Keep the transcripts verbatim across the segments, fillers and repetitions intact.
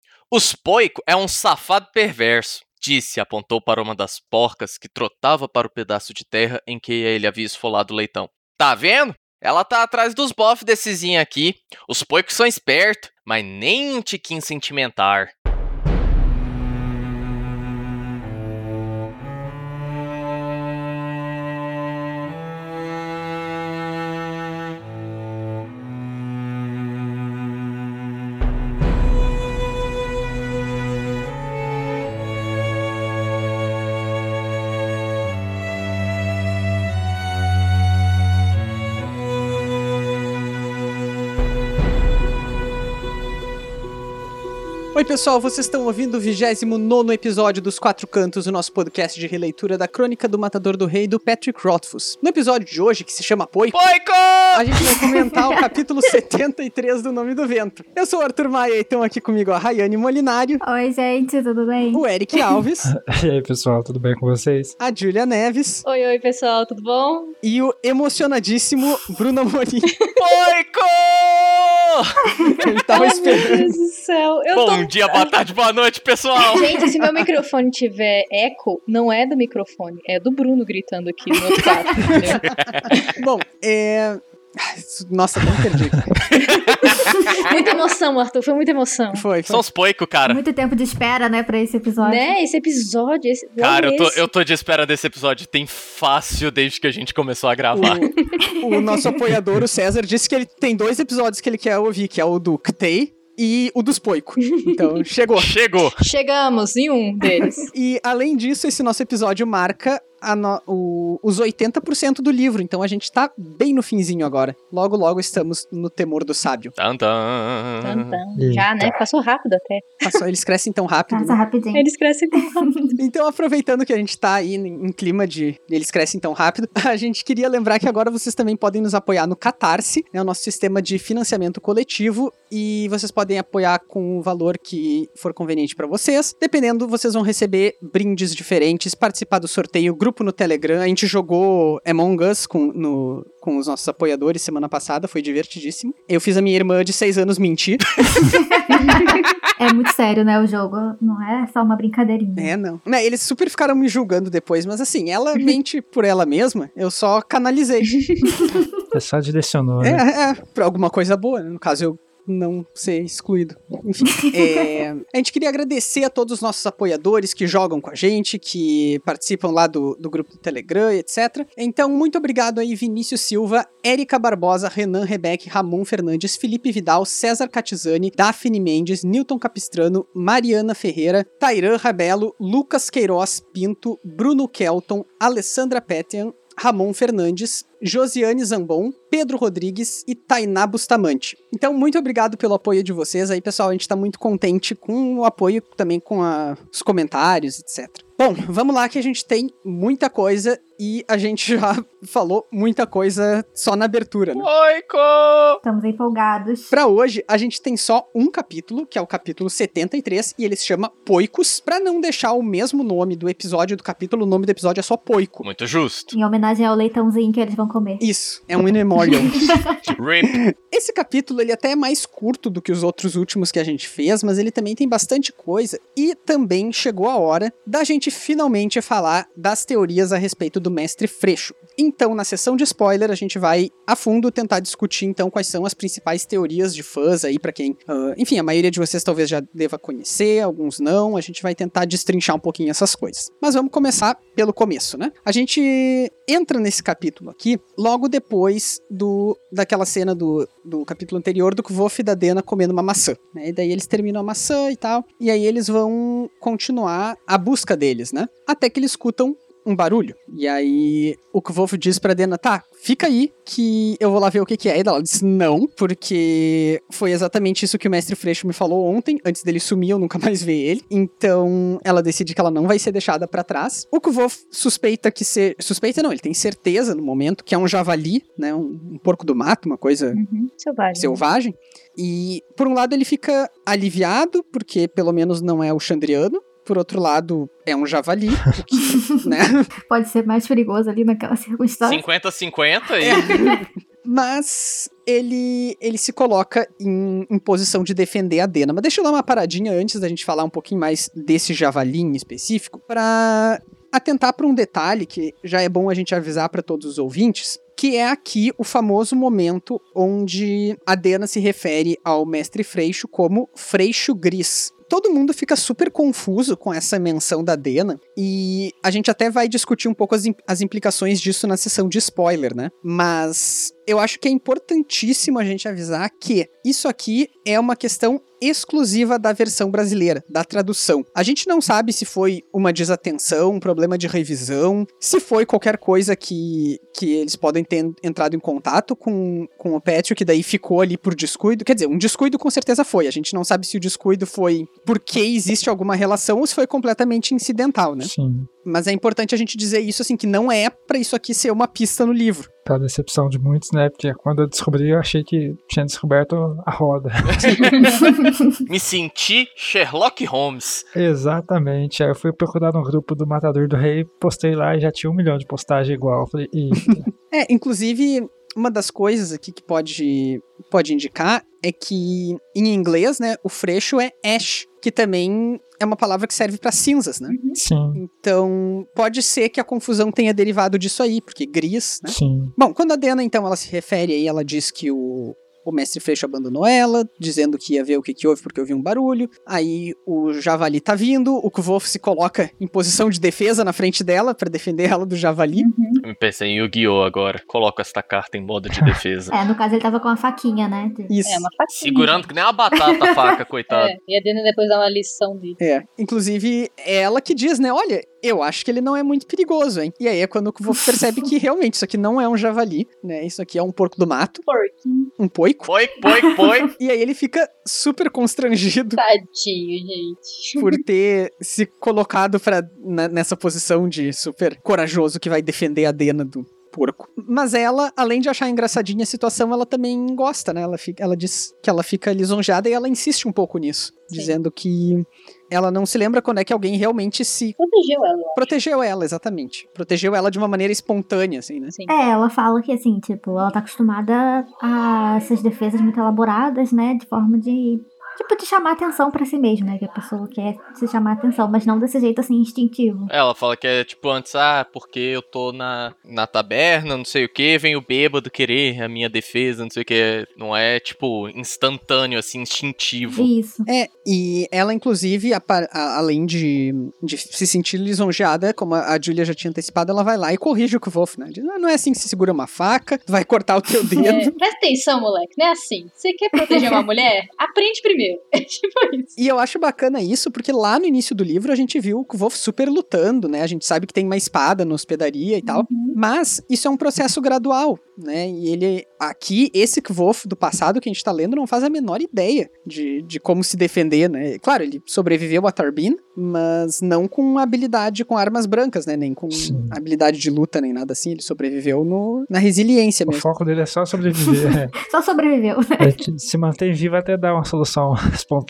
Os Poico é um safado perverso, disse e apontou para uma das porcas que trotava para o pedaço de terra em que ele havia esfolado o leitão. Tá vendo? Ela tá atrás dos bofs dessezinho aqui. Os Poicos são espertos, mas nem um tiquinho sentimentar. Oi pessoal, vocês estão ouvindo o vigésimo nono episódio dos Quatro Cantos, o nosso podcast de releitura da Crônica do Matador do Rei, do Patrick Rothfuss. No episódio de hoje, que se chama Poico, Poico! a gente vai comentar o capítulo setenta e três do Nome do Vento. Eu sou o Arthur Maia e estão aqui comigo a Rayane Molinário. Oi gente, tudo bem? O Eric Alves. E aí pessoal, tudo bem com vocês? A Júlia Neves. Oi, oi pessoal, tudo bom? E o emocionadíssimo Bruno Amorim. Poico! Ele tava Ai, esperando. meu Deus do céu. Eu Bom tô... dia, boa tarde, boa noite, pessoal! Gente, se meu microfone tiver eco, não é do microfone, é do Bruno gritando aqui no WhatsApp, entendeu? Bom, é... Nossa, não perdi. Muita emoção, Arthur, foi muita emoção. Foi, foi. São os Poico, cara. Muito tempo de espera, né, pra esse episódio. Né, esse episódio, esse... Cara, eu tô, esse. eu tô de espera desse episódio. Tem fácil desde que a gente começou a gravar. O, o nosso apoiador, o César, disse que ele tem dois episódios que ele quer ouvir, que é o do Ktei e o dos Poico. Então, chegou. Chegou! Chegamos em um deles. E, além disso, esse nosso episódio marca a no, o, os oitenta por cento do livro. Então, a gente tá bem no finzinho agora. Logo, logo, estamos no Temor do Sábio. Tan, tan. Tan, tan. Já, né? Passou rápido até. Passou, eles crescem tão rápido. Passa Né? rapidinho. Eles crescem tão rápido. Então, aproveitando que a gente tá aí em, em clima de eles crescem tão rápido, a gente queria lembrar que agora vocês também podem nos apoiar no Catarse, né, o nosso sistema de financiamento coletivo, e vocês podem apoiar com o valor que for conveniente pra vocês. Dependendo, vocês vão receber brindes diferentes, participar do sorteio, grupo no Telegram. A gente jogou Among Us com, no, com os nossos apoiadores semana passada, foi divertidíssimo. Eu fiz a minha irmã de seis anos mentir. É muito sério, né, o jogo. Não é só uma brincadeirinha. É, não. Né, eles super ficaram me julgando depois, mas assim, ela mente por ela mesma, eu só canalizei. É só direcionou, É, né? é, pra alguma coisa boa, né? No caso, eu não ser excluído. Enfim, é, a gente queria agradecer a todos os nossos apoiadores que jogam com a gente, que participam lá do, do grupo do Telegram, etcétera. Então, muito obrigado aí, Vinícius Silva, Érica Barbosa, Renan Rebeck, Ramon Fernandes, Felipe Vidal, César Catizani, Daphne Mendes, Newton Capistrano, Mariana Ferreira, Tairan Rabelo, Lucas Queiroz Pinto, Bruno Kelton, Alessandra Petian, Ramon Fernandes, Josiane Zambon, Pedro Rodrigues e Tainá Bustamante. Então, muito obrigado pelo apoio de vocês aí, pessoal. A gente tá muito contente com o apoio, também com a, os comentários, etcétera. Bom, vamos lá que a gente tem muita coisa e a gente já falou muita coisa só na abertura, né? Poico! Estamos empolgados. Pra hoje, a gente tem só um capítulo, que é o capítulo setenta e três, e ele se chama Poicos. Pra não deixar o mesmo nome do episódio do capítulo, o nome do episódio é só Poico. Muito justo. Em homenagem ao leitãozinho que eles vão comer. Isso, é um in memoriam. Rip. Esse capítulo, ele até é mais curto do que os outros últimos que a gente fez, mas ele também tem bastante coisa. E também chegou a hora da gente finalmente falar das teorias a respeito do Mestre Freixo. Então, na sessão de spoiler, a gente vai a fundo tentar discutir, então, quais são as principais teorias de fãs aí, pra quem... Uh, enfim, a maioria de vocês talvez já deva conhecer, alguns não. A gente vai tentar destrinchar um pouquinho essas coisas. Mas vamos começar pelo começo, né? A gente entra nesse capítulo aqui, logo depois do, daquela cena do, do capítulo anterior, do Kvof e da Dena comendo uma maçã, né? E daí eles terminam a maçã e tal, e aí eles vão continuar a busca deles, né? Até que eles escutam um barulho. E aí o Kvof diz pra Dena, tá, fica aí que eu vou lá ver o que que é. E ela diz não, porque foi exatamente isso que o Mestre Freixo me falou ontem, antes dele sumir, eu nunca mais ver ele. Então ela decide que ela não vai ser deixada pra trás. O Kvof suspeita que ser... Suspeita não, ele tem certeza no momento que é um javali, né, um, um porco do mato, uma coisa Uhum, selvagem. selvagem. E por um lado ele fica aliviado, porque pelo menos não é o Xandriano. Por outro lado, é um javali, o que, né? Pode ser mais perigoso ali naquela circunstância. cinquenta a cinquenta e... É. Mas ele, ele se coloca em, em posição de defender a Dena. Mas deixa eu dar uma paradinha antes da gente falar um pouquinho mais desse javali em específico, pra atentar para um detalhe que já é bom a gente avisar para todos os ouvintes, que é aqui o famoso momento onde a Dena se refere ao mestre Freixo como Freixo Gris. Todo mundo fica super confuso com essa menção da Dena, e a gente até vai discutir um pouco as, as implicações disso na sessão de spoiler, né? Mas eu acho que é importantíssimo a gente avisar que isso aqui é uma questão exclusiva da versão brasileira, da tradução. A gente não sabe se foi uma desatenção, um problema de revisão, se foi qualquer coisa que, que eles podem ter entrado em contato com, com o Pétio, que daí ficou ali por descuido. Quer dizer, um descuido com certeza foi. A gente não sabe se o descuido foi porque existe alguma relação ou se foi completamente incidental, né? Sim. Mas é importante a gente dizer isso, assim, que não é pra isso aqui ser uma pista no livro. Pra decepção de muitos, né? Porque quando eu descobri, eu achei que tinha descoberto a roda. Me senti Sherlock Holmes. Exatamente. Aí eu fui procurar no grupo do Matador do Rei, postei lá e já tinha um milhão de postagem igual. Eu falei, eita. É, inclusive, uma das coisas aqui que pode, pode indicar é que, em inglês, né, o Freixo é ash, que também é uma palavra que serve pra cinzas, né? Sim. Então, pode ser que a confusão tenha derivado disso aí, porque gris, né? Sim. Bom, quando a Dena, então, ela se refere aí, ela diz que o, o mestre Freixo abandonou ela, dizendo que ia ver o que, que houve porque ouviu um barulho. Aí o javali tá vindo, o Kvolf se coloca em posição de defesa na frente dela pra defender ela do javali. Uhum. Eu pensei em Yu-Gi-Oh! Agora. Coloco esta carta em modo de defesa. É, no caso ele tava com uma faquinha, né? Isso. É, uma faquinha. Segurando que nem uma batata a faca, coitado. É, e a Dena depois dá uma lição dele. É, inclusive é ela que diz, né, olha, eu acho que ele não é muito perigoso, hein? E aí é quando o Kvolf percebe que realmente isso aqui não é um javali, né, isso aqui é um porco do mato, Porquinho. um poico. Foi, foi, foi. E aí ele fica super constrangido Tadinho, gente. por ter se colocado pra, na, nessa posição de super corajoso que vai defender a Dena do porco. Mas ela, além de achar engraçadinha a situação, ela também gosta, né? Ela, fica, ela diz que ela fica lisonjeada e ela insiste um pouco nisso, Sim. dizendo que ela não se lembra quando é que alguém realmente se Protegeu ela. protegeu ela, exatamente. Protegeu ela de uma maneira espontânea, assim, né? Sim. É, ela fala que, assim, tipo, ela tá acostumada a essas defesas muito elaboradas, né? De forma de... Tipo, de chamar atenção pra si mesma, né? Que a pessoa quer se chamar atenção, mas não desse jeito, assim, instintivo. Ela fala que é tipo antes, ah, porque eu tô na, na taberna, não sei o que, vem o bêbado querer a minha defesa, não sei o que. Não é, tipo, instantâneo, assim, instintivo. Isso. É, e ela, inclusive, a, a, além de, de se sentir lisonjeada, como a, a Julia já tinha antecipado, ela vai lá e corrige o Kvolf, né? Diz, ah, não é assim que se segura uma faca, tu vai cortar o teu dedo. É, presta atenção, moleque, não é assim. Você quer proteger uma mulher? Aprende primeiro. É tipo isso. E eu acho bacana isso, porque lá no início do livro a gente viu o Kvolf super lutando, né? A gente sabe que tem uma espada na hospedaria e tal, Uhum. mas isso é um processo gradual, né? E ele, aqui, esse Kvolf do passado que a gente tá lendo não faz a menor ideia de, de como se defender, né? Claro, ele sobreviveu a Tarbin, mas não com habilidade com armas brancas, né? Nem com Sim. habilidade de luta, nem nada assim. Ele sobreviveu no, na resiliência O mesmo. foco dele é só sobreviver. É. Só sobreviveu, né? Ele se mantém vivo até dar uma solução espontânea.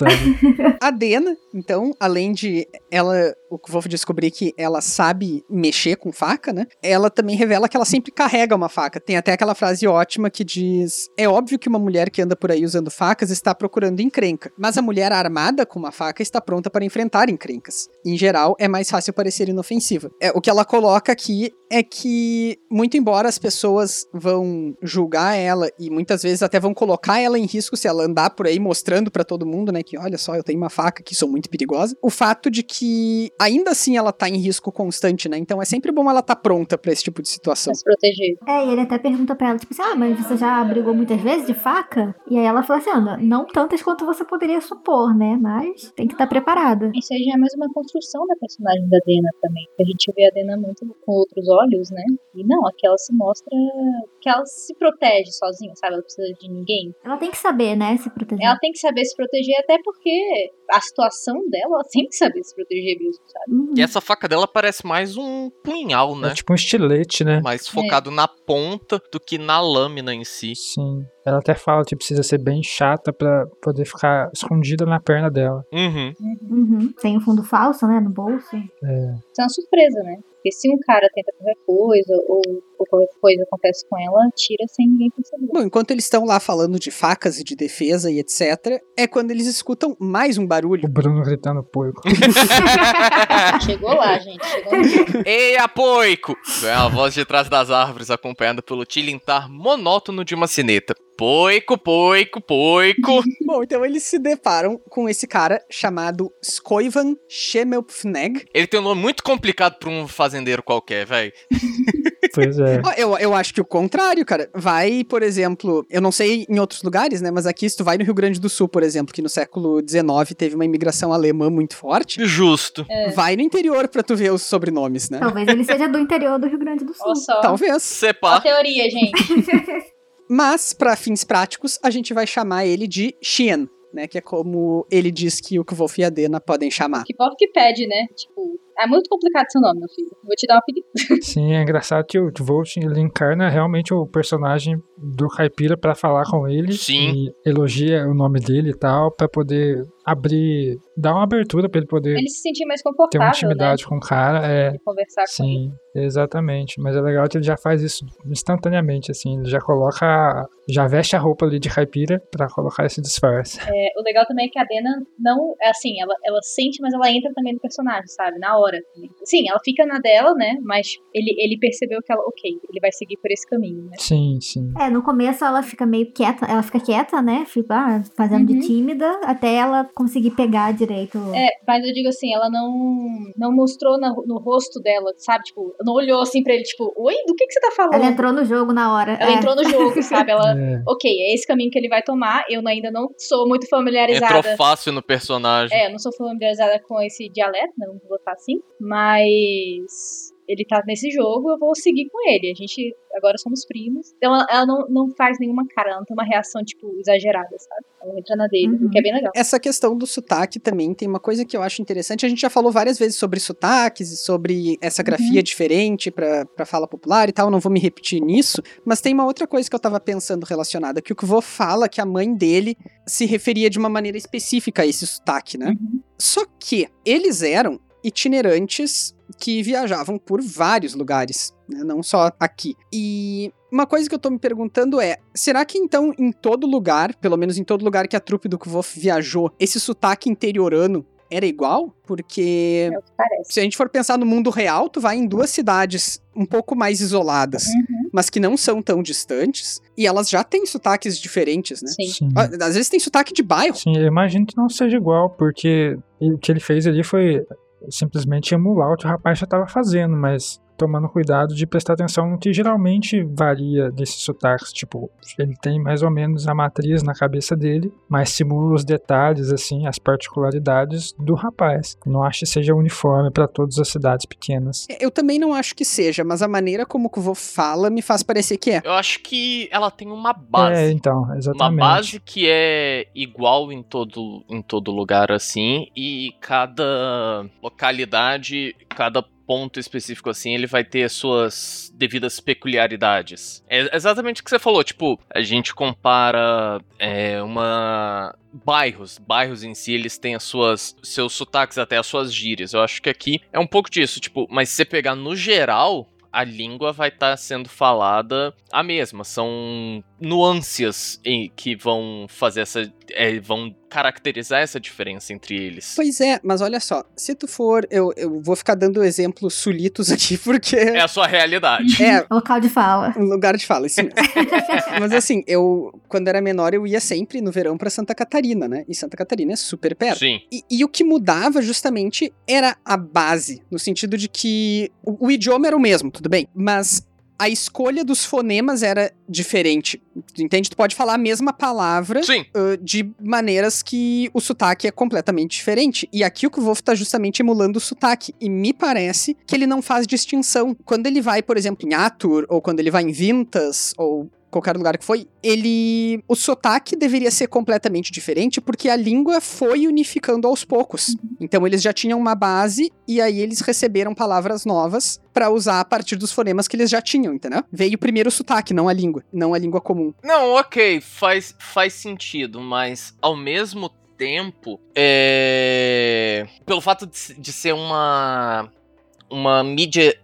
A Dena, então, além de ela, o Kvolf descobrir que ela sabe mexer com faca, né? Ela também revela que ela sempre carrega uma faca. Tem até aquela frase ótima que diz: é óbvio que uma mulher que anda por aí usando facas está procurando encrenca, mas a mulher armada com uma faca está pronta para enfrentar encrencas. Em geral, é mais fácil parecer inofensiva. É, o que ela coloca aqui é que, muito embora as pessoas vão julgar ela e muitas vezes até vão colocar ela em risco se ela andar por aí mostrando pra todo mundo, né, que olha só, eu tenho uma faca que sou muito perigosa, o fato de que ainda assim ela tá em risco constante, né, então é sempre bom ela tá pronta pra esse tipo de situação. Pra se proteger. É, e ele até pergunta pra ela, tipo assim, ah, mas você já brigou muitas vezes de faca? E aí ela fala assim, ah, não tantas quanto você poderia supor, né, mas tem que estar preparada. Isso aí já é mais uma construção da personagem da Dena também. A gente vê a Dena muito com outros olhos, né? E não, aqui ela se mostra que ela se protege sozinha, sabe? Ela não precisa de ninguém. Ela tem que saber, né, se proteger. Ela tem que saber se proteger, até porque a situação dela, ela tem que saber se proteger mesmo, sabe? Uhum. E essa faca dela parece mais um punhal, né? É tipo um estilete, né? Mais focado na ponta do que na lâmina em si. Sim. Ela até fala que precisa ser bem chata pra poder ficar escondida na perna dela. Uhum. Uhum. Tem o fundo falso, né, no bolso. É. Isso é uma surpresa, né? Porque se um cara tenta qualquer coisa, ou, ou qualquer coisa acontece com ela, tira sem ninguém perceber. Bom, enquanto eles estão lá falando de facas e de defesa e etcétera, é quando eles escutam mais um barulho. O Bruno gritando porco. Chegou lá, gente. Chegou no... Ei, apoico! É a voz de trás das árvores acompanhada pelo tilintar monótono de uma sineta. Poico, poico, poico. Bom, então eles se deparam com esse cara chamado Skoivan Shemelpfneg. Ele tem um nome muito complicado pra um fazendeiro qualquer, velho. Pois é. Ó, Eu, eu acho que o contrário, cara. Vai, por exemplo, eu não sei em outros lugares, né? Mas aqui, se tu vai no Rio Grande do Sul, por exemplo, que no século dezenove teve uma imigração alemã muito forte. Justo. É. Vai no interior pra tu ver os sobrenomes, né? Talvez ele seja do interior do Rio Grande do Sul. Olha só. Talvez. Ó a Separ. teoria, gente. Mas, pra fins práticos, a gente vai chamar ele de Xien, né? Que é como ele diz que o Kvolf e a Dena podem chamar. Que povo que pede, né? Tipo, é muito complicado seu nome, meu filho. Vou te dar um apelido. Sim, é engraçado que o Volt ele encarna realmente o personagem do Caipira pra falar com ele. Sim. E elogia o nome dele e tal, pra poder abrir, dar uma abertura pra ele poder Ele se sentir mais ter confortável, uma intimidade né? com o cara. É, De conversar com ele. sim, exatamente. Mas é legal que ele já faz isso instantaneamente, assim. Ele já coloca, já veste a roupa ali de caipira pra colocar esse disfarce. É, o legal também é que a Dena não, é assim, ela, ela sente, mas ela entra também no personagem, sabe? Na hora também. Sim, ela fica na dela, né? Mas ele, ele percebeu que ela, ok, ele vai seguir por esse caminho, né? Sim, sim. É, no começo ela fica meio quieta, ela fica quieta, né? Fica ah, fazendo Uhum. de tímida, até ela conseguir pegar direito. É, mas eu digo assim, ela não, não mostrou na- no rosto dela, sabe? Tipo, não olhou assim pra ele, tipo, oi, do que, que você tá falando? Ela entrou no jogo na hora. Ela é. entrou no jogo, sabe? Ela, É. ok, é esse caminho que ele vai tomar. Eu ainda não sou muito familiarizada. Entrou fácil no personagem. É, eu não sou familiarizada com esse dialeto, né? Vamos botar assim. Mas ele tá nesse jogo, eu vou seguir com ele. A gente agora somos primos. Então ela, ela não, não faz nenhuma cara, ela não tem uma reação, tipo, exagerada, sabe? Ela entra na dele, Uhum. o que é bem legal. Essa questão do sotaque também tem uma coisa que eu acho interessante. A gente já falou várias vezes sobre sotaques e sobre essa grafia diferente pra, pra fala popular e tal. Não vou me repetir nisso. Mas tem uma outra coisa que eu tava pensando relacionada. Que o Kvo fala que a mãe dele se referia de uma maneira específica a esse sotaque, né? Uhum. Só que eles eram itinerantes que viajavam por vários lugares, né? Não só aqui. E uma coisa que eu tô me perguntando é, será que então em todo lugar, pelo menos em todo lugar que a trupe do Kvof viajou, esse sotaque interiorano era igual? Porque É o que parece. se a gente for pensar no mundo real, tu vai em duas cidades um pouco mais isoladas, Uhum. mas que não são tão distantes, e elas já têm sotaques diferentes, né? Sim. Sim. Ah, às vezes tem sotaque de bairro. Sim, eu imagino que não seja igual, porque o que ele fez ali foi simplesmente emular o que o rapaz já estava fazendo, mas tomando cuidado de prestar atenção no que geralmente varia desses sotaques. Tipo, ele tem mais ou menos a matriz na cabeça dele, mas simula os detalhes, assim, as particularidades do rapaz. Não acho que seja uniforme para todas as cidades pequenas. Eu também não acho que seja, mas a maneira como o Kvo fala me faz parecer que é. Eu acho que ela tem uma base. É, então, Uma exatamente. base que é igual em todo, em todo lugar assim, e cada localidade, cada ponto específico assim, ele vai ter suas devidas peculiaridades. É exatamente o que você falou, tipo, a gente compara é, uma... bairros, bairros em si, eles têm as suas, seus sotaques, até as suas gírias. Eu acho que aqui é um pouco disso, tipo, mas se você pegar no geral, a língua vai estar sendo falada a mesma. São nuances em, que vão fazer essa... É, vão caracterizar essa diferença entre eles. Pois é, mas olha só, se tu for... Eu, eu vou ficar dando exemplos sulitos aqui, porque... É a sua realidade. É, Local de fala. um lugar de fala, isso mesmo. Mas assim, eu, quando era menor, eu ia sempre no verão pra Santa Catarina, né? E Santa Catarina é super perto. Sim. E, e o que mudava justamente era a base, no sentido de que o, o idioma era o mesmo, tudo bem, mas a escolha dos fonemas era diferente, tu entende? Tu pode falar a mesma palavra Sim. uh, de maneiras que o sotaque é completamente diferente. E aqui o Kvolf tá justamente emulando o sotaque. E me parece que ele não faz distinção. Quando ele vai, por exemplo, em Atur, ou quando ele vai em Vintas, ou qualquer lugar que foi, ele... o sotaque deveria ser completamente diferente, porque a língua foi unificando aos poucos. Então eles já tinham uma base, e aí eles receberam palavras novas pra usar a partir dos fonemas que eles já tinham, entendeu? Veio primeiro o sotaque, não a língua. Não a língua comum. Não, ok, faz, faz sentido, mas ao mesmo tempo, é... pelo fato de, de ser uma... uma mídia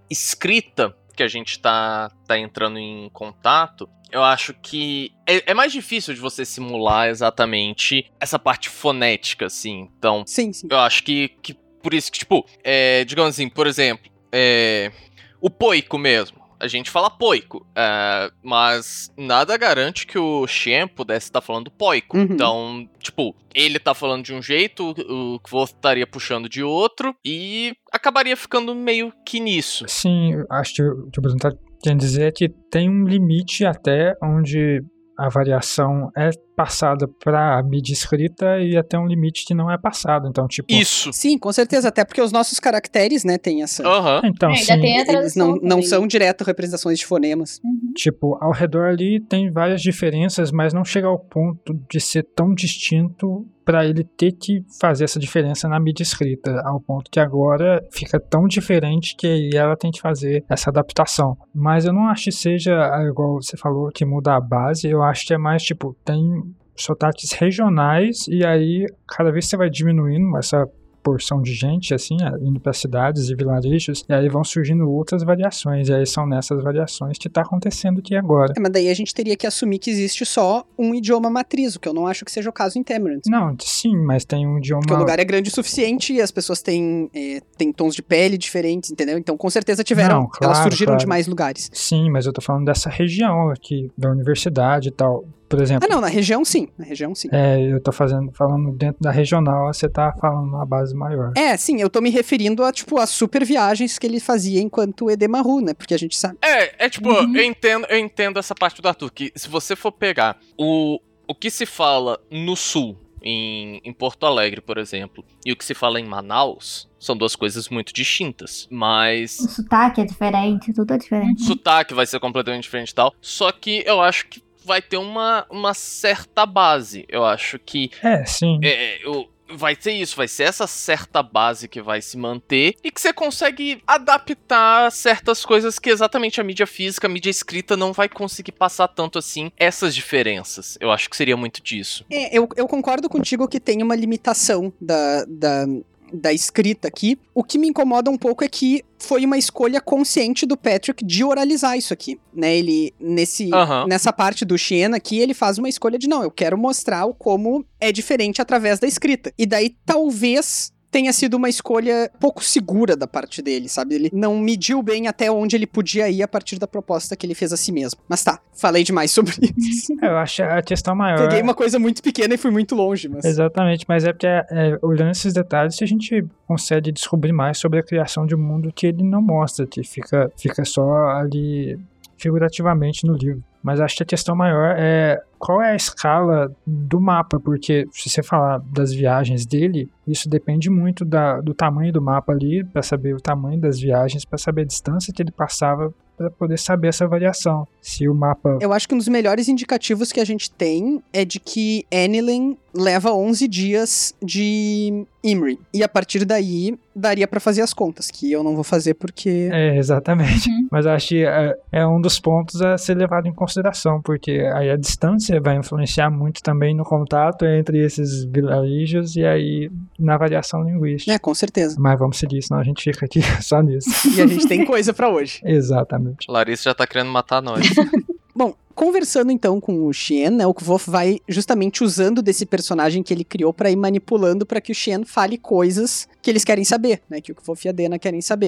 escrita que a gente tá, tá entrando em contato, eu acho que é, é mais difícil de você simular exatamente essa parte fonética, assim. Então, Sim, sim. eu acho que, que por isso que, tipo, é, digamos assim, por exemplo, é, o poico mesmo. A gente fala poico, é, mas nada garante que o Shen pudesse estar falando poico. Uhum. Então, tipo, ele tá falando de um jeito, o Kvothe estaria puxando de outro, e acabaria ficando meio que nisso. Sim, acho que o que o Bruno tá querendo dizer é que tem um limite até onde a variação é passada para a mídia escrita e até um limite que não é passado. Então, tipo... Isso! Sim, com certeza, até porque os nossos caracteres, né, tem essa... Aham. Uhum. Então, É, sim, ainda tem a Eles tradução não, não também. são direto representações de fonemas. Uhum. tipo, ao redor ali tem várias diferenças, mas não chega ao ponto de ser tão distinto para ele ter que fazer essa diferença na mídia escrita, ao ponto que agora fica tão diferente que aí ela tem que fazer essa adaptação. Mas eu não acho que seja, igual você falou, que muda a base, eu acho que é mais, tipo, tem sotaques regionais e aí cada vez você vai diminuindo essa porção de gente, assim, indo para cidades e vilarejos, e aí vão surgindo outras variações, e aí são nessas variações que tá acontecendo aqui agora. É, mas daí a gente teria que assumir que existe só um idioma matriz, o que eu não acho que seja o caso em Temerant. Não, sim, mas tem um idioma... Porque o lugar é grande o suficiente e as pessoas têm, é, têm tons de pele diferentes, entendeu? Então, com certeza tiveram, Não, claro, elas surgiram claro. de mais lugares. Sim, mas eu tô falando dessa região aqui, da universidade e tal. Por exemplo... Ah, não, na região sim, na região sim. É, eu tô fazendo, falando dentro da regional, você tá falando uma base maior. É, sim, eu tô me referindo a, tipo, as super viagens que ele fazia enquanto Edemaru, né? Porque a gente sabe... É, é tipo, Uhum. eu, entendo, eu entendo essa parte do Arthur, que se você for pegar o, o que se fala no sul, em, em Porto Alegre, por exemplo, e o que se fala em Manaus, são duas coisas muito distintas, mas... O sotaque é diferente, tudo é diferente. O sotaque vai ser completamente diferente e tal, só que eu acho que vai ter uma, uma certa base, eu acho que... É, sim. É, eu, vai ser isso, vai ser essa certa base que vai se manter e que você consegue adaptar certas coisas que exatamente a mídia física, a mídia escrita não vai conseguir passar tanto assim essas diferenças. Eu acho que seria muito disso. É, eu, eu concordo contigo que tem uma limitação da, da, da escrita aqui. O que me incomoda um pouco é que foi uma escolha consciente do Patrick de oralizar isso aqui, né? Ele, nesse, Aham. nessa parte do Shen aqui, ele faz uma escolha de, não, eu quero mostrar o como é diferente através da escrita. E daí, talvez... tenha sido uma escolha pouco segura da parte dele, sabe? Ele não mediu bem até onde ele podia ir a partir da proposta que ele fez a si mesmo. Mas tá, falei demais sobre isso. Eu acho a questão maior... Peguei uma coisa muito pequena e fui muito longe, mas... Exatamente, mas é porque é, olhando esses detalhes a gente consegue descobrir mais sobre a criação de um mundo que ele não mostra, que fica, fica só ali figurativamente no livro. Mas acho que a questão maior é qual é a escala do mapa, porque se você falar das viagens dele, isso depende muito da, do tamanho do mapa ali, para saber o tamanho das viagens, para saber a distância que ele passava, para poder saber essa variação. Se o mapa... Eu acho que um dos melhores indicativos que a gente tem é de que Annilyn leva onze dias de Imri. E a partir daí, daria pra fazer as contas, que eu não vou fazer porque... É, exatamente. Uhum. Mas acho que é, é um dos pontos a ser levado em consideração, porque aí a distância vai influenciar muito também no contato entre esses vilarejos e aí na variação linguística. É, com certeza. Mas vamos seguir, senão a gente fica aqui só nisso. E a gente tem coisa pra hoje. Exatamente. Larissa já tá querendo matar nós. Bom, conversando então com o Shen, né, o Kvothe vai justamente usando desse personagem que ele criou pra ir manipulando pra que o Shen fale coisas que eles querem saber, né, que o Kvothe e a Dena querem saber.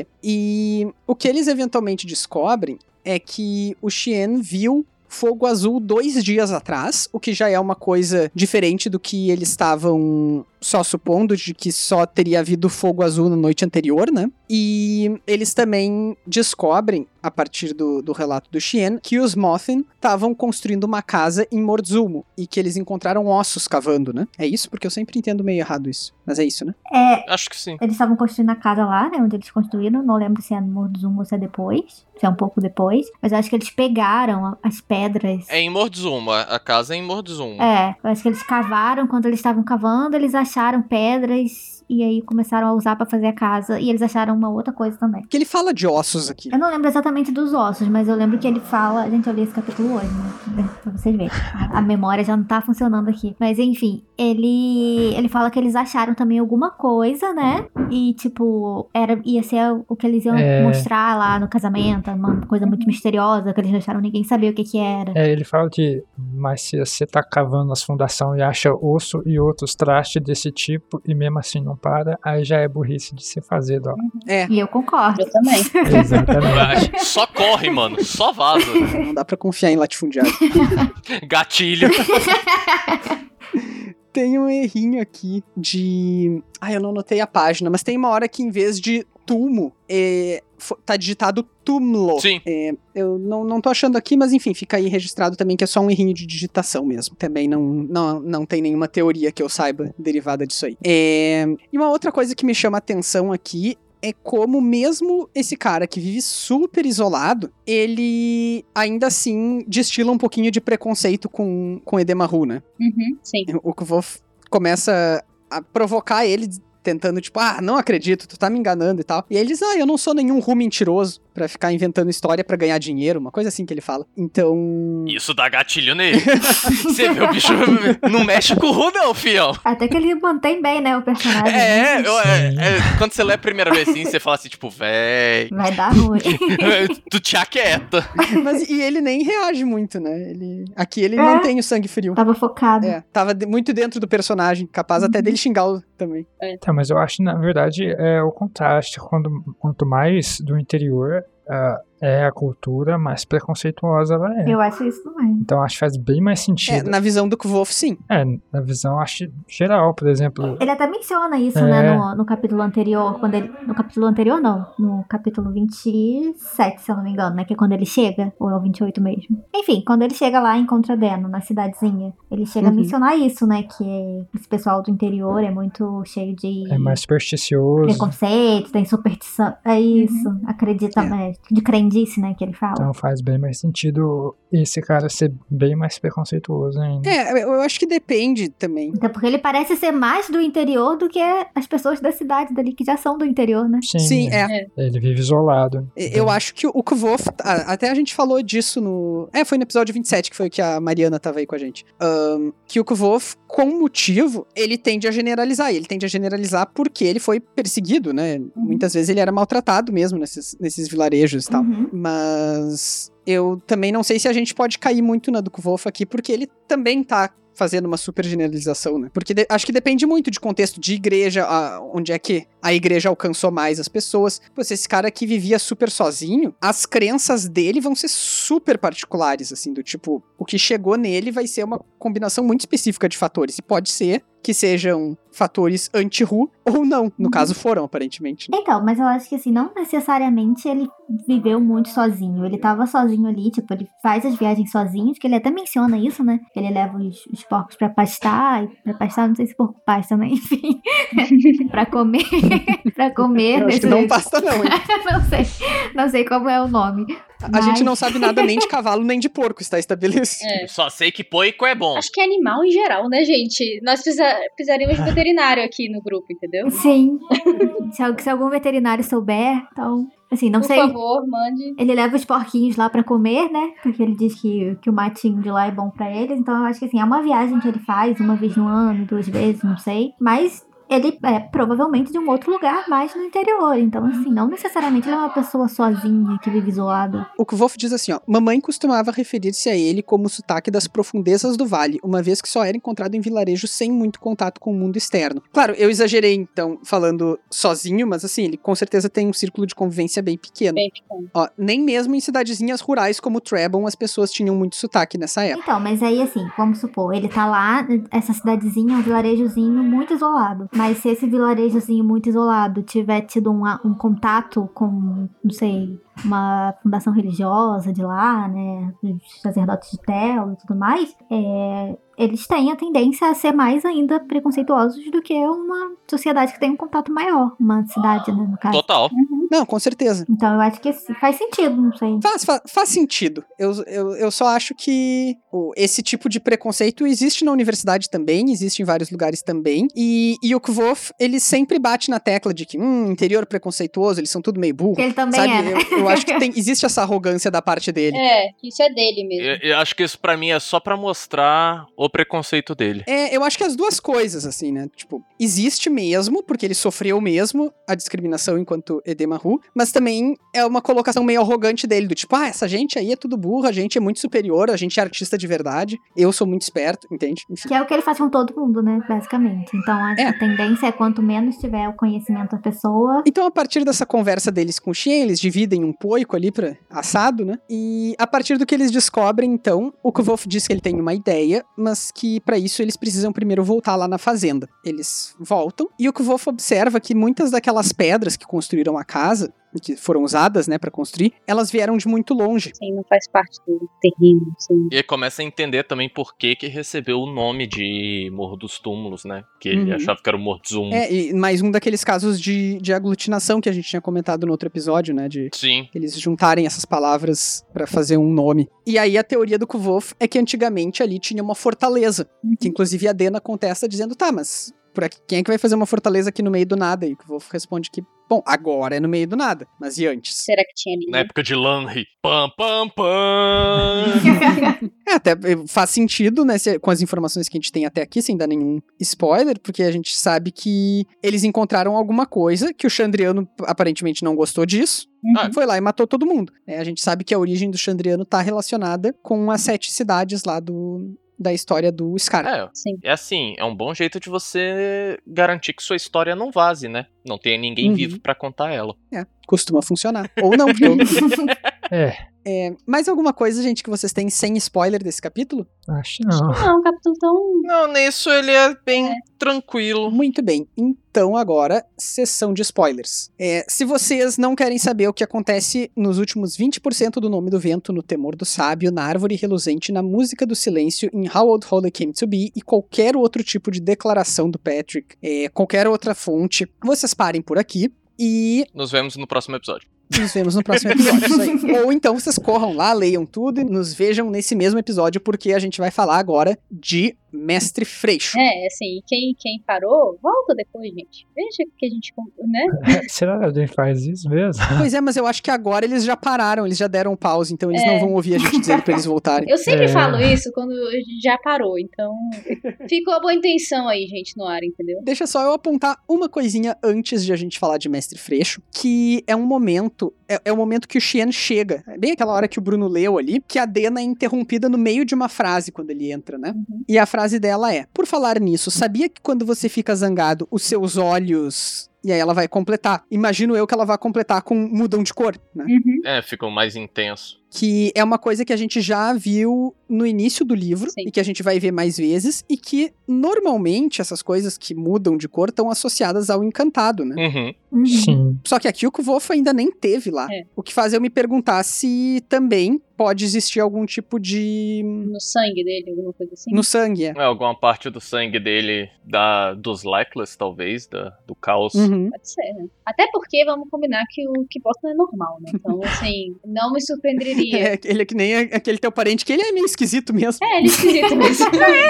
E o que eles eventualmente descobrem é que o Shen viu fogo azul dois dias atrás, o que já é uma coisa diferente do que eles estavam só supondo, de que só teria havido fogo azul na noite anterior, né? E eles também descobrem, a partir do, do relato do Shen, que os Mothin estavam construindo uma casa em Mortzumo, e que eles encontraram ossos cavando, né? É isso? Porque eu sempre entendo meio errado isso. Mas é isso, né? É, Acho que sim. eles estavam construindo a casa lá, né, onde eles construíram, não lembro se é no Mortzumo ou se é depois, se é um pouco depois, mas eu acho que eles pegaram as pedras. É em Mortzumo, a a casa é em Mortzumo. É, eu acho que eles cavaram, quando eles estavam cavando, eles acharam pedras e aí começaram a usar pra fazer a casa, e eles acharam uma outra coisa também. Porque ele fala de ossos aqui. Eu não lembro exatamente dos ossos, mas eu lembro que ele fala... Gente, eu li esse capítulo hoje, né? Pra vocês verem. A, a memória já não tá funcionando aqui. Mas enfim, ele ele fala que eles acharam também alguma coisa, né? E tipo, era, ia ser o que eles iam É. mostrar lá no casamento, uma coisa muito misteriosa, que eles não acharam ninguém sabia o que que era. É, ele fala que, mas se você tá cavando as fundações e acha osso e outros trastes desse tipo, e mesmo assim não para, aí já é burrice de se fazer, ó. É, E eu concordo. Eu também. Exatamente. Só corre, mano. Só vaza. não dá pra confiar em latifundiário. Gatilho. Tem um errinho aqui de... Ah, eu não anotei a página, mas tem uma hora que em vez de tumo, é... fo- tá digitado túmulo. Sim. É, eu não, não tô achando aqui, mas enfim, fica aí registrado também que é só um errinho de digitação mesmo. Também não, não, não tem nenhuma teoria que eu saiba derivada disso aí. É, e uma outra coisa que me chama a atenção aqui é como mesmo esse cara que vive super isolado, ele ainda assim destila um pouquinho de preconceito com, com Edemaru, né? Uhum, sim. O Kvof começa a provocar ele, tentando, tipo, ah, não acredito, tu tá me enganando e tal. E aí ele diz, ah, eu não sou nenhum Ru mentiroso pra ficar inventando história pra ganhar dinheiro, uma coisa assim que ele fala. Então... Isso dá gatilho nele. Você vê, o bicho não mexe com o Ru, não, fião. Até que ele mantém bem, né, o personagem. É, né? eu- é, é, quando você lê a primeira vez assim, você fala assim, tipo, véi, Vai dar ruim. tu te aquieta. Mas, e ele nem reage muito, né? Ele, aqui ele É. mantém o sangue frio. Tava focado. É, tava de- muito dentro do personagem, capaz até dele xingá-lo também. Tá, mas eu acho, na verdade, é o contraste. Quando, quanto mais do interior ah, é a cultura, mais preconceituosa ela é. Eu acho isso também. Então acho que faz bem mais É, sentido. na visão do Kvof, sim. É, na visão, acho geral, por exemplo. Ele até menciona isso, É. né, no, no capítulo anterior, quando ele... No capítulo anterior, não. No capítulo vinte e sete, se eu não me engano, né, que é quando ele chega, ou é o vinte e oito mesmo. Enfim, quando ele chega lá e encontra Deno, na cidadezinha, ele chega Uhum. a mencionar isso, né, que esse pessoal do interior é muito cheio de... É mais supersticioso. preconceito, tem superstição, é isso, acredita, É. né, de crendice, né, que ele fala. Então faz bem mais sentido esse cara ser bem mais preconceituoso ainda. É, eu eu acho que depende também. Até porque ele parece ser mais do interior do que as pessoas da cidade dali, que já são do interior, né? Sim, Sim, é. Ele vive isolado. Eu acho que o Kvof, a- até a gente falou disso no... É, foi no episódio vinte e sete, que foi que a Mariana tava aí com a gente. Ahn, que o Kvof, com motivo, ele tende a generalizar. E ele tende a generalizar porque ele foi perseguido, né? Muitas vezes ele era maltratado mesmo nesses, nesses vilarejos e tal. Uhum. Mas eu também não sei se a gente pode cair muito na do Kvof aqui, porque ele também tá fazendo uma super generalização, né? Porque de- acho que depende muito de contexto de igreja, a- onde é que a igreja alcançou mais as pessoas. Pô, se esse cara que vivia super sozinho, as crenças dele vão ser super particulares, assim, do tipo, o que chegou nele vai ser uma combinação muito específica de fatores. E pode ser que sejam fatores anti-Ru ou não. No caso, foram, aparentemente. Então, mas eu acho que assim, não necessariamente ele viveu muito sozinho. Ele tava sozinho ali, tipo, ele faz as viagens sozinho, que ele até menciona isso, né? Que ele leva os, os porcos pra pastar, e pra pastar, não sei se porco pasta, né? Enfim, pra comer, pra comer. Eu acho que nesse- não basta não, hein? não sei, não sei como é o nome. A gente Mas- não sabe nada nem de cavalo, nem de porco, está estabelecido. É. Só sei que poico é bom. Acho que é animal em geral, né, gente? Nós precisa, precisaríamos de veterinário aqui no grupo, entendeu? Sim. se, al- se algum veterinário souber, então, assim, não Por sei. favor, mande. Ele leva os porquinhos lá pra comer, né? Porque ele diz que, que o matinho de lá é bom pra eles. Então eu acho que assim, é uma viagem que ele faz uma vez no ano, duas vezes, não sei. Mas ele é provavelmente de um outro lugar, mais no interior. Então, assim, não necessariamente ele é uma pessoa sozinha que vive isolada. O Kvof diz assim, ó, mamãe costumava referir-se a ele como o sotaque das profundezas do vale, uma vez que só era encontrado em vilarejos sem muito contato com o mundo externo. Claro, eu exagerei, então, falando sozinho, mas assim, ele com certeza tem um círculo de convivência bem pequeno. Bem pequeno. Ó, nem mesmo em cidadezinhas rurais como Trebon as pessoas tinham muito sotaque nessa época. Então, mas aí assim, vamos supor, ele tá lá, essa cidadezinha, um vilarejozinho muito isolado. Mas se esse vilarejozinho muito isolado tiver tido um, um contato com, não sei, uma fundação religiosa de lá, né, os sacerdotes de Tel e tudo mais, é, eles têm a tendência a ser mais ainda preconceituosos do que uma sociedade que tem um contato maior, uma cidade, né, no caso. Total. Uhum. Não, com certeza. Então eu acho que faz sentido, não sei. Faz, faz, faz sentido. Eu, eu, eu só acho que o, esse tipo de preconceito existe na universidade também, existe em vários lugares também, e, e o Kvof, ele sempre bate na tecla de que, hum, interior preconceituoso, eles são tudo meio burro. Ele também sabe? é, né? eu, eu acho que tem, existe essa arrogância da parte dele. É, isso é dele mesmo. Eu, eu acho que isso pra mim é só pra mostrar o preconceito dele. É, eu acho que as duas coisas, assim, né? Tipo, existe mesmo, porque ele sofreu mesmo a discriminação enquanto Edemaru, mas também é uma colocação meio arrogante dele, do tipo, ah, essa gente aí é tudo burro, a gente é muito superior, a gente é artista de verdade, eu sou muito esperto, entende? Enfim. Que é o que ele faz com todo mundo, né, basicamente. Então a, É. a tendência é quanto menos tiver o conhecimento da pessoa... Então, a partir dessa conversa deles com o Xien, eles dividem um poico ali pra assado, né? E a partir do que eles descobrem, então, o Kvof diz que ele tem uma ideia, mas que pra isso eles precisam primeiro voltar lá na fazenda. Eles voltam e o Kvof observa que muitas daquelas pedras que construíram a casa, que foram usadas, né, pra construir, elas vieram de muito longe. Sim, não faz parte do terreno, sim. E ele começa a entender também por que que recebeu o nome de Morro dos Túmulos, né? Que ele Uhum. achava que era o Morro dos Zoom. É, e mais um daqueles casos de, de aglutinação que a gente tinha comentado no outro episódio, né, de Sim. eles juntarem essas palavras pra fazer um nome. E aí a teoria do Kvof é que antigamente ali tinha uma fortaleza, que inclusive a Dena contesta dizendo, tá, mas por aqui, quem é que vai fazer uma fortaleza aqui no meio do nada? E o Kvof responde que, bom, agora é no meio do nada, mas e antes? Será que tinha ali? Na época de Lanri. Pam, pam, pam. É, até faz sentido, né, se- com as informações que a gente tem até aqui, sem dar nenhum spoiler, porque a gente sabe que eles encontraram alguma coisa, que o Chandriano aparentemente não gostou disso, Ah, foi lá e matou todo mundo. É, a gente sabe que a origem do Chandriano tá relacionada com as sete cidades lá do, da história do Scar. é, Sim. é assim, é um bom jeito de você garantir que sua história não vaze, né? Não tenha ninguém Uhum. vivo pra contar ela. É, costuma funcionar. Ou não, porque eu... É, É, mais alguma coisa, gente, que vocês têm sem spoiler desse capítulo? acho que não. Não, o capítulo tão... Não, nisso ele é bem tranquilo. Muito bem, então agora, sessão de spoilers. É, se vocês não querem saber o que acontece nos últimos vinte por cento do Nome do Vento, no Temor do Sábio, na Árvore Reluzente, na Música do Silêncio, em How Old Holy Came to Be e qualquer outro tipo de declaração do Patrick, é, qualquer outra fonte, vocês parem por aqui e Nos vemos no próximo episódio. nos vemos no próximo episódio. Isso aí. Ou então vocês corram lá, leiam tudo e nos vejam nesse mesmo episódio, porque a gente vai falar agora de Mestre Freixo. É, assim, quem, quem parou, volta depois, gente. Veja que a gente, né? Será que a gente faz isso mesmo? Pois é, mas eu acho que agora eles já pararam, eles já deram pause, então eles É. não vão ouvir a gente dizendo pra eles voltarem. Eu sempre É. falo isso quando a gente já parou, então ficou a boa intenção aí, gente, no ar, entendeu? Deixa só eu apontar uma coisinha antes de a gente falar de Mestre Freixo, que é um momento, é, é o momento que o Xian chega, é bem aquela hora que o Bruno leu ali, que a Dena é interrompida no meio de uma frase quando ele entra, né? Uhum. E a frase dela é: por falar nisso, sabia que quando você fica zangado, os seus olhos... E aí ela vai completar. Imagino eu que ela vai completar com mudam de cor, né? Uhum. É, ficou mais intenso. Que é uma coisa que a gente já viu no início do livro, Sim. e que a gente vai ver mais vezes, e que normalmente essas coisas que mudam de cor estão associadas ao encantado, né? Uhum. Uhum. Sim. Só que aqui o Kvof ainda nem teve lá. É. O que faz eu me perguntar se também pode existir algum tipo de... No sangue dele, alguma coisa assim. no sangue, é. É, alguma parte do sangue dele, da, dos Likeless, talvez, da, do caos. Uhum. Pode ser, né? Até porque vamos combinar que o que bosta não é normal, né? Então, assim, não me surpreenderia. É, ele é que nem aquele teu parente, que ele é meio esquisito mesmo. É, ele é esquisito mesmo.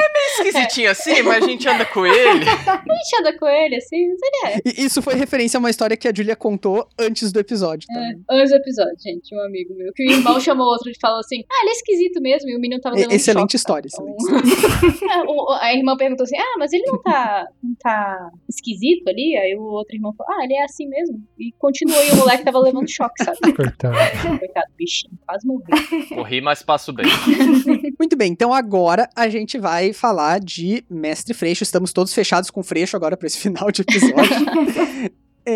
A Esquisitinho assim, mas a gente anda com ele. gente anda com ele, assim, mas ele é. E isso foi referência a uma história que a Julia contou antes do episódio, tá? É, antes do episódio, gente, um amigo meu, que o irmão chamou outro e falou assim, ah, ele é esquisito mesmo, e o menino tava levando E- Excelente choque, história, sabe? excelente história. Então, é, o- a irmã perguntou assim, ah, mas ele não tá, não tá esquisito ali? Aí o outro irmão falou, ah, ele é assim mesmo. E continuou, e o moleque tava levando choque, sabe? Coitado. Coitado, bichinho, quase morreu. Morri, mas passo bem. Muito bem, então agora a gente vai falar de Mestre Freixo. Estamos todos fechados com Freixo agora para esse final de episódio.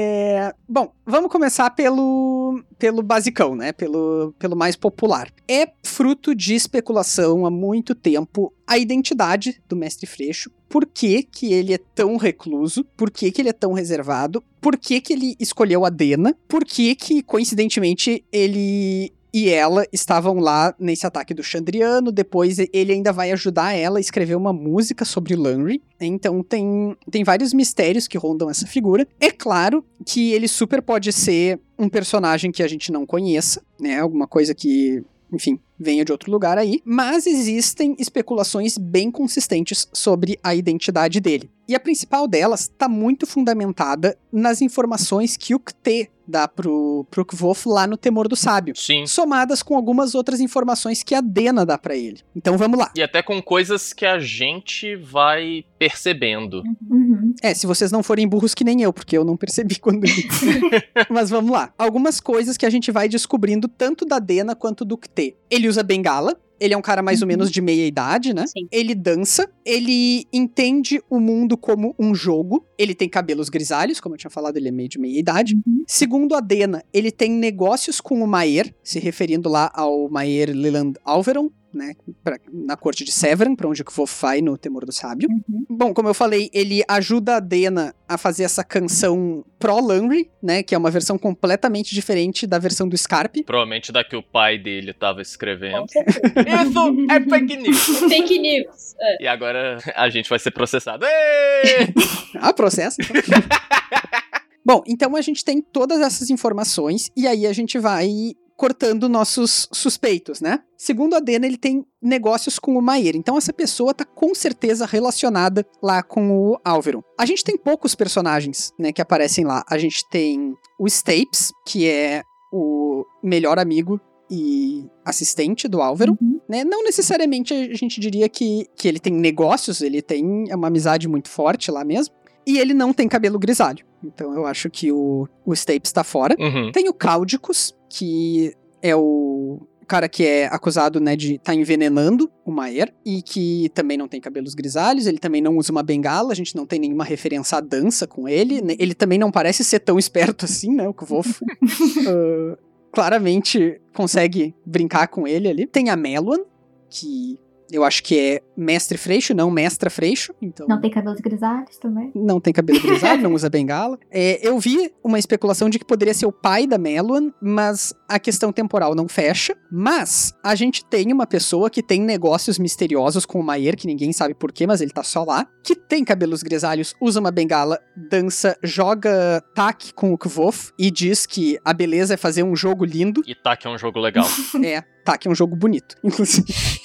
É, bom, vamos começar pelo, pelo basicão, né? Pelo, pelo mais popular. É fruto de especulação há muito tempo a identidade do Mestre Freixo. Por que que ele é tão recluso? Por que que ele é tão reservado? Por que que ele escolheu a Dena? Por que que, coincidentemente, ele e ela estavam lá nesse ataque do Chandriano. Depois ele ainda vai ajudar ela a escrever uma música sobre Lanry. Então tem, tem vários mistérios que rondam essa figura. É claro que ele super pode ser um personagem que a gente não conheça, né? Alguma coisa que, enfim, venha de outro lugar aí. Mas existem especulações bem consistentes sobre a identidade dele. E a principal delas está muito fundamentada nas informações que o Ctê dá pro, pro Kvothe lá no Temor do Sábio. Sim. Somadas com algumas outras informações que a Dena dá pra ele. Então vamos lá. E até com coisas que a gente vai percebendo. Uhum. É, se vocês não forem burros que nem eu, porque eu não percebi quando li. Mas vamos lá. Algumas coisas que a gente vai descobrindo tanto da Dena quanto do Ctê. Ele usa bengala. Ele é um cara mais ou menos de meia idade, né? Sim. Ele dança, ele entende o mundo como um jogo, ele tem cabelos grisalhos, como eu tinha falado, ele é meio de meia idade. Uhum. Segundo a Dena, ele tem negócios com o Maer, se referindo lá ao Maer Leland Alveron, né, pra, na corte de Severin, pra onde o Kvothe vai no Temor do Sábio. Uhum. Bom, como eu falei, ele ajuda a Dena a fazer essa canção pró-Lanry, né, que é uma versão completamente diferente da versão do Scarpe. Provavelmente da que o pai dele tava escrevendo. Com certeza. Isso é fake news. Fake news. É. E agora a gente vai ser processado. Êêê! Ah, processo, então. Bom, então a gente tem todas essas informações e aí a gente vai cortando nossos suspeitos, né? Segundo a Dena, ele tem negócios com o Maer, então essa pessoa tá com certeza relacionada lá com o Alveron. A gente tem poucos personagens, né, que aparecem lá. A gente tem o Stapes, que é o melhor amigo e assistente do Alveron, Uhum. né? Não necessariamente a gente diria que, que ele tem negócios, ele tem é uma amizade muito forte lá mesmo. E ele não tem cabelo grisalho. Então eu acho que o, o Stapes tá fora. Uhum. Tem o Cáudicos, que é o cara que é acusado, né, de estar tá envenenando o Maer, e que também não tem cabelos grisalhos, ele também não usa uma bengala, a gente não tem nenhuma referência à dança com ele, né? Ele também não parece ser tão esperto assim, né, o Kvothe uh, claramente consegue brincar com ele ali. Tem a Meluan, que eu acho que é mestre Freixo, não mestra Freixo. Então Não tem cabelos grisalhos também. não tem cabelo grisalho, não usa bengala. É, eu vi uma especulação de que poderia ser o pai da Meluan, mas a questão temporal não fecha. Mas a gente tem uma pessoa que tem negócios misteriosos com o Maer, que ninguém sabe porquê, mas ele tá só lá, que tem cabelos grisalhos, usa uma bengala, dança, joga tac com o Kvothe e diz que a beleza é fazer um jogo lindo. E tá que é um jogo legal. É, tá, que é um jogo bonito, inclusive.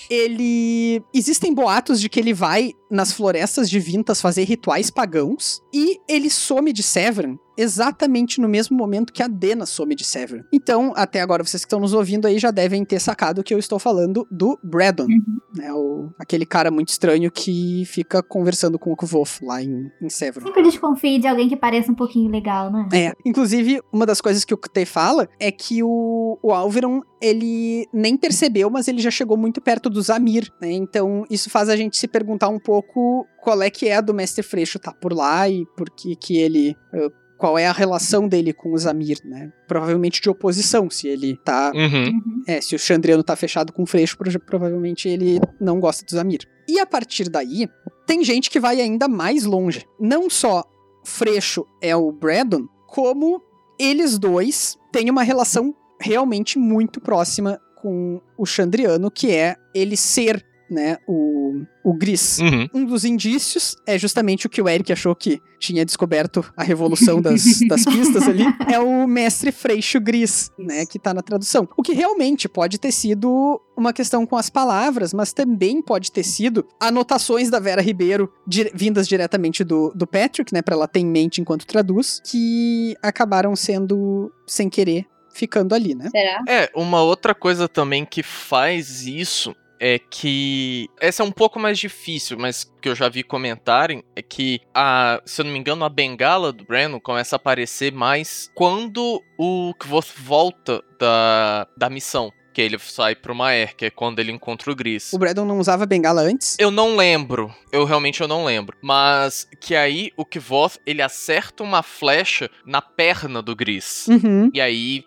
Ele... Existem boatos de que ele vai nas florestas de Vintas fazer rituais pagãos e ele some de Severin exatamente no mesmo momento que a Dena some de Severin. Então, até agora, vocês que estão nos ouvindo aí já devem ter sacado que eu estou falando do Braddon, Uhum. né, o, aquele cara muito estranho que fica conversando com o Kvothe lá em, em Severin. Sempre desconfie de alguém que pareça um pouquinho legal, né? É, inclusive, uma das coisas que o Ctê fala é que o, o Alveron, ele nem percebeu, mas ele já chegou muito perto do Zamir, né? Então, isso faz a gente se perguntar um pouco qual é que é a do Mestre Freixo tá por lá e por que que ele... Uh, qual é a relação dele com o Zamir, né? Provavelmente de oposição, se ele tá... Uhum. Uhum. É, se o Chandriano tá fechado com o Freixo, pro- provavelmente ele não gosta do Zamir. E a partir daí, tem gente que vai ainda mais longe. Não só Freixo é o Braddon, como eles dois têm uma relação realmente muito próxima com o Chandriano, que é ele ser, né, o, o Gris. Uhum. Um dos indícios é justamente o que o Eric achou que tinha descoberto a revolução das, das pistas ali, é o Mestre Freixo Gris, né, que tá na tradução. O que realmente pode ter sido uma questão com as palavras, mas também pode ter sido anotações da Vera Ribeiro, di- vindas diretamente do, do Patrick, né, pra ela ter em mente enquanto traduz, que acabaram sendo, sem querer, ficando ali, né? Será? É, uma outra coisa também que faz isso é que... Essa é um pouco mais difícil, mas que eu já vi comentarem, é que, a, se eu não me engano, a bengala do Braddon começa a aparecer mais quando o Kvothe volta da, da missão. Que ele sai pro Maer, que é quando ele encontra o Gris. O Braddon não usava bengala antes? Eu não lembro, eu realmente eu não lembro. Mas que aí o Kvothe, ele acerta uma flecha na perna do Gris. Uhum. E aí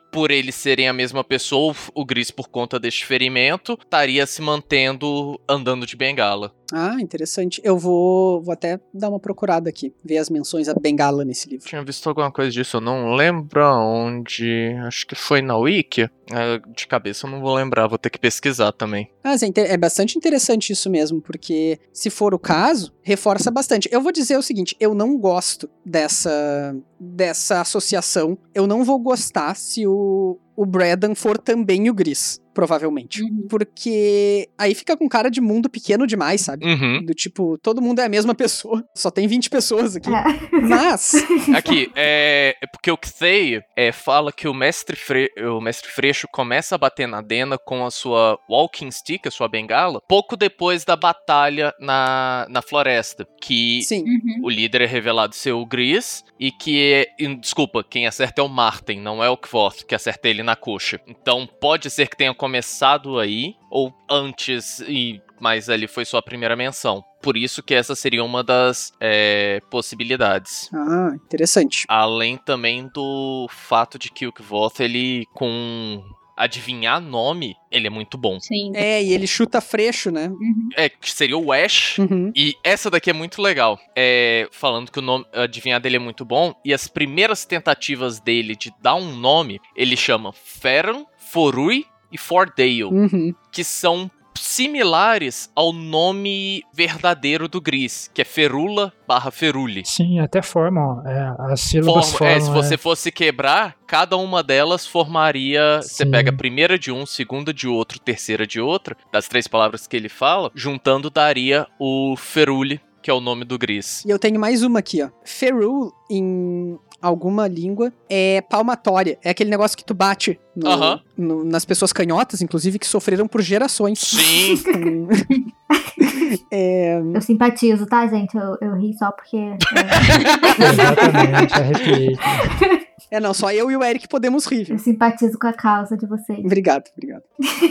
por eles serem a mesma pessoa, o Gris, por conta deste ferimento, estaria se mantendo andando de bengala. Ah, interessante. Eu vou, vou até dar uma procurada aqui, ver as menções a bengala nesse livro. Tinha visto alguma coisa disso, eu não lembro aonde. Acho que foi na Wiki. É, de cabeça eu não vou lembrar, vou ter que pesquisar também. Ah, é bastante interessante isso mesmo, porque se for o caso, reforça bastante. Eu vou dizer o seguinte, eu não gosto dessa, dessa associação. Eu não vou gostar se o, o Bradan for também o Gris. Provavelmente. Uhum. Porque aí fica com cara de mundo pequeno demais, sabe? Uhum. Do tipo, todo mundo é a mesma pessoa. Só tem vinte pessoas aqui. É. Mas... Aqui, é, é porque o Kthei é, fala que o mestre, Fre, o mestre Freixo começa a bater na Dena com a sua walking stick, a sua bengala, pouco depois da batalha na, na floresta. Que Sim. Uhum. o líder é revelado ser o Gris e que é... e, desculpa, quem acerta é o Martin, não é o Kvoth, que acerta ele na coxa. Então pode ser que tenha começado aí, ou antes, e mas ali foi sua primeira menção. Por isso que essa seria uma das é, possibilidades. Ah, interessante. Além também do fato de que o Kvoth, ele com adivinhar nome, ele é muito bom. Sim. É, e ele chuta Freixo, né? Uhum. É, que seria o Ash. Uhum. E essa daqui é muito legal. É, falando que o nome adivinhar dele é muito bom. E as primeiras tentativas dele de dar um nome, ele chama Feron, Forui e Fordale. Uhum. Que são similares ao nome verdadeiro do Gris, que é Ferula barra Feruli. Sim, até formam. É, as sílabas Forma, formam. é, se você é. fosse quebrar, cada uma delas formaria... Você Sim. pega a primeira de um, segunda de outro, terceira de outra, das três palavras que ele fala, juntando daria o Feruli, que é o nome do Gris. E eu tenho mais uma aqui, ó. Ferul, em alguma língua, é palmatória. É aquele negócio que tu bate no, Aham. no, nas pessoas canhotas, inclusive, que sofreram por gerações. Sim. é... Eu simpatizo, tá, gente? Eu, eu ri só porque... é, Exatamente, arrepiei. é, não, só eu e o Eric podemos rir. viu? eu simpatizo com a causa de vocês. Obrigado, obrigado.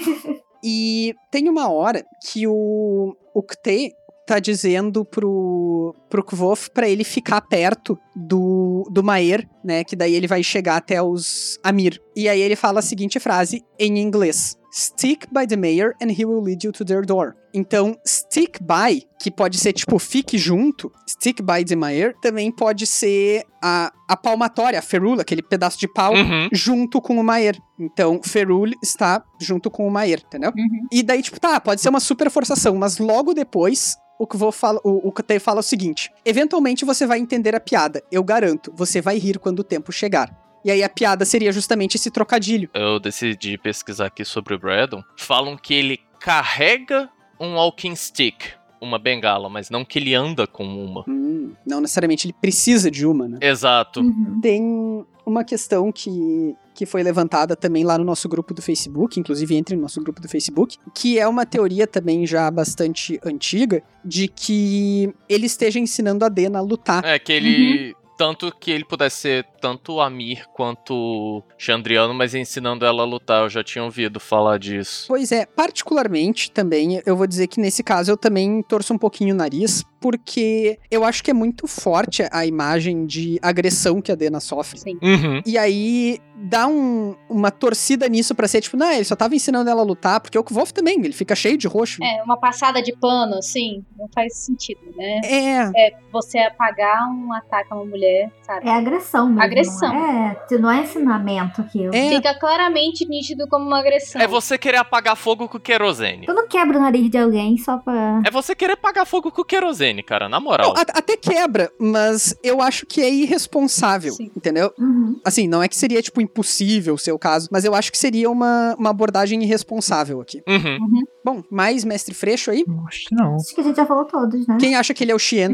E tem uma hora que o, o Kthei tá dizendo pro, pro Kvoth pra ele ficar perto do, do Maer, né? Que daí ele vai chegar até os Amir. E aí ele fala a seguinte frase em inglês. Stick by the Mayor and he will lead you to their door. Então, stick by, que pode ser tipo, fique junto, stick by the Mayor, também pode ser a, a palmatória, a ferula, aquele pedaço de pau, Uhum. junto com o Maer. Então, Ferul está junto com o Maer, entendeu? Uhum. E daí, tipo, tá, pode ser uma super forçação, mas logo depois, o que vou fala, o, o Kthei fala o seguinte: eventualmente você vai entender a piada, eu garanto, você vai rir quando o tempo chegar. E aí a piada seria justamente esse trocadilho. Eu decidi pesquisar aqui sobre o Bradan. Falam que ele carrega um walking stick, uma bengala, mas não que ele anda com uma. Hum, não necessariamente ele precisa de uma, né? Exato. Uhum. Tem uma questão que, que foi levantada também lá no nosso grupo do Facebook, inclusive entre no nosso grupo do Facebook, que é uma teoria também já bastante antiga, de que ele esteja ensinando a Dena a lutar. É que ele... Tanto que ele pudesse ser tanto Amir quanto Chandriano, mas ensinando ela a lutar. Eu já tinha ouvido falar disso. Pois é, particularmente também, eu vou dizer que nesse caso eu também torço um pouquinho o nariz, porque eu acho que é muito forte a imagem de agressão que a Dena sofre. Sim. Uhum. E aí dá um, uma torcida nisso pra ser tipo, não, ele só tava ensinando ela a lutar, porque o Kvoth também, ele fica cheio de roxo. É, uma passada de pano, assim, não faz sentido, né? É, É você apagar um ataque a uma mulher, sabe? É agressão mesmo. Agressão. Não é, não é ensinamento aquilo. É. Fica claramente nítido como uma agressão. É você querer apagar fogo com querosene. Tu não quebra o nariz de alguém só pra... É você querer apagar fogo com querosene, cara, na moral. não, a- até quebra, mas eu acho que é irresponsável, Sim. entendeu? Uhum. Assim, não é que seria, tipo, impossível o seu caso, mas eu acho que seria uma, uma abordagem irresponsável aqui. Uhum. Bom, mais Mestre Freixo aí? Acho que não. Acho que a gente já falou todos, né? Quem acha que ele é o Xien?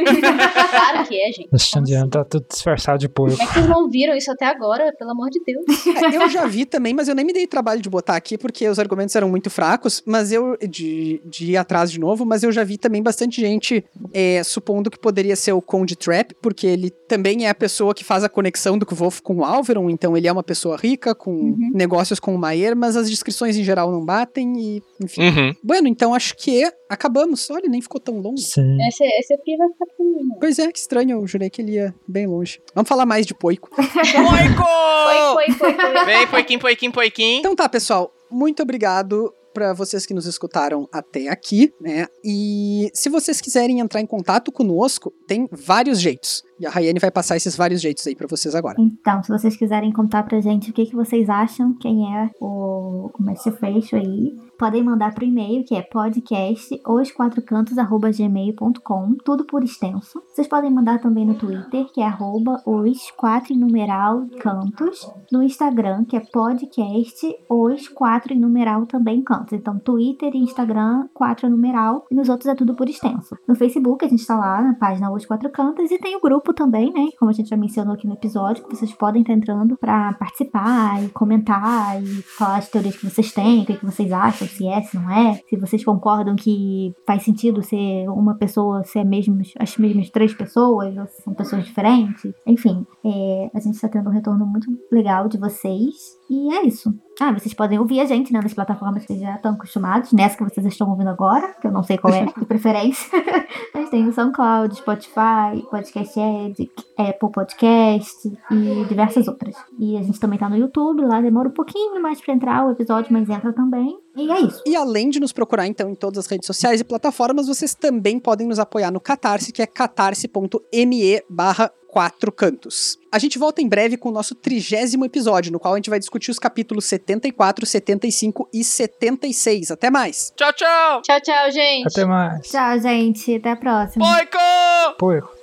Claro que é, gente. Esse Xandiano tá tudo disfarçado de porco. Como é que vocês não viram isso até agora? Pelo amor de Deus. É, eu já vi também, mas eu nem me dei trabalho de botar aqui, porque os argumentos eram muito fracos, mas eu, de, de ir atrás de novo, mas eu já vi também bastante gente é, supondo que poderia ser o Conde Trap, porque ele também é a pessoa que faz a conexão do Kvolf com o Alveron, então ele é uma pessoa rica, com Uhum. negócios com o Maier, mas as descrições em geral não batem e, enfim. Uhum. Bueno, então acho que acabamos. Olha, nem ficou tão longo. Sim. Esse, esse aqui vai ficar pequenininho. Pois é, que estranho, eu jurei que ele ia bem longe. Vamos falar mais de Poico. Poico! Foi, foi, foi, foi. Vem, poiquinho, poiquinho, poiquinho. Então tá, pessoal, muito obrigado para vocês que nos escutaram até aqui, né? E se vocês quiserem entrar em contato conosco, tem vários jeitos. E a Rayane vai passar esses vários jeitos aí para vocês agora. Então, se vocês quiserem contar pra gente o que, que vocês acham, quem é o, o Mestre Freixo aí, podem mandar pro e-mail, que é podcast os quatro cantos arroba gmail ponto com, tudo por extenso. Vocês podem mandar também no Twitter, que é arroba os quatro em numeral cantos, no Instagram, que é podcast os quatro em numeral também cantos. Então, Twitter e Instagram, quatro em numeral, e nos outros é tudo por extenso. No Facebook, a gente tá lá na página Os Quatro Cantos, e tem o grupo também, né, como a gente já mencionou aqui no episódio, que vocês podem estar entrando pra participar e comentar e falar as teorias que vocês têm, o que, que vocês acham, se é, se não é, se vocês concordam que faz sentido ser uma pessoa, ser mesmos, as mesmas três pessoas, ou se são pessoas diferentes. Enfim, é, a gente tá tendo um retorno muito legal de vocês, e é isso. Ah, vocês podem ouvir a gente, né, nas plataformas que já estão acostumados, nessa que vocês estão ouvindo agora, que eu não sei qual é de preferência. Mas tem o SoundCloud, Spotify, Podcast Addict, Apple Podcast e diversas outras. E a gente também tá no YouTube, lá demora um pouquinho mais pra entrar o episódio, mas entra também. E é isso. E além de nos procurar, então, em todas as redes sociais e plataformas, vocês também podem nos apoiar no Catarse, que é catarse.me barra quatro cantos. A gente volta em breve com o nosso trigésimo episódio, no qual a gente vai discutir os capítulos setenta e quatro, setenta e cinco e setenta e seis. Até mais! Tchau, tchau. Tchau, tchau, gente. Até mais. Tchau, gente. Até a próxima. Poico! Poico.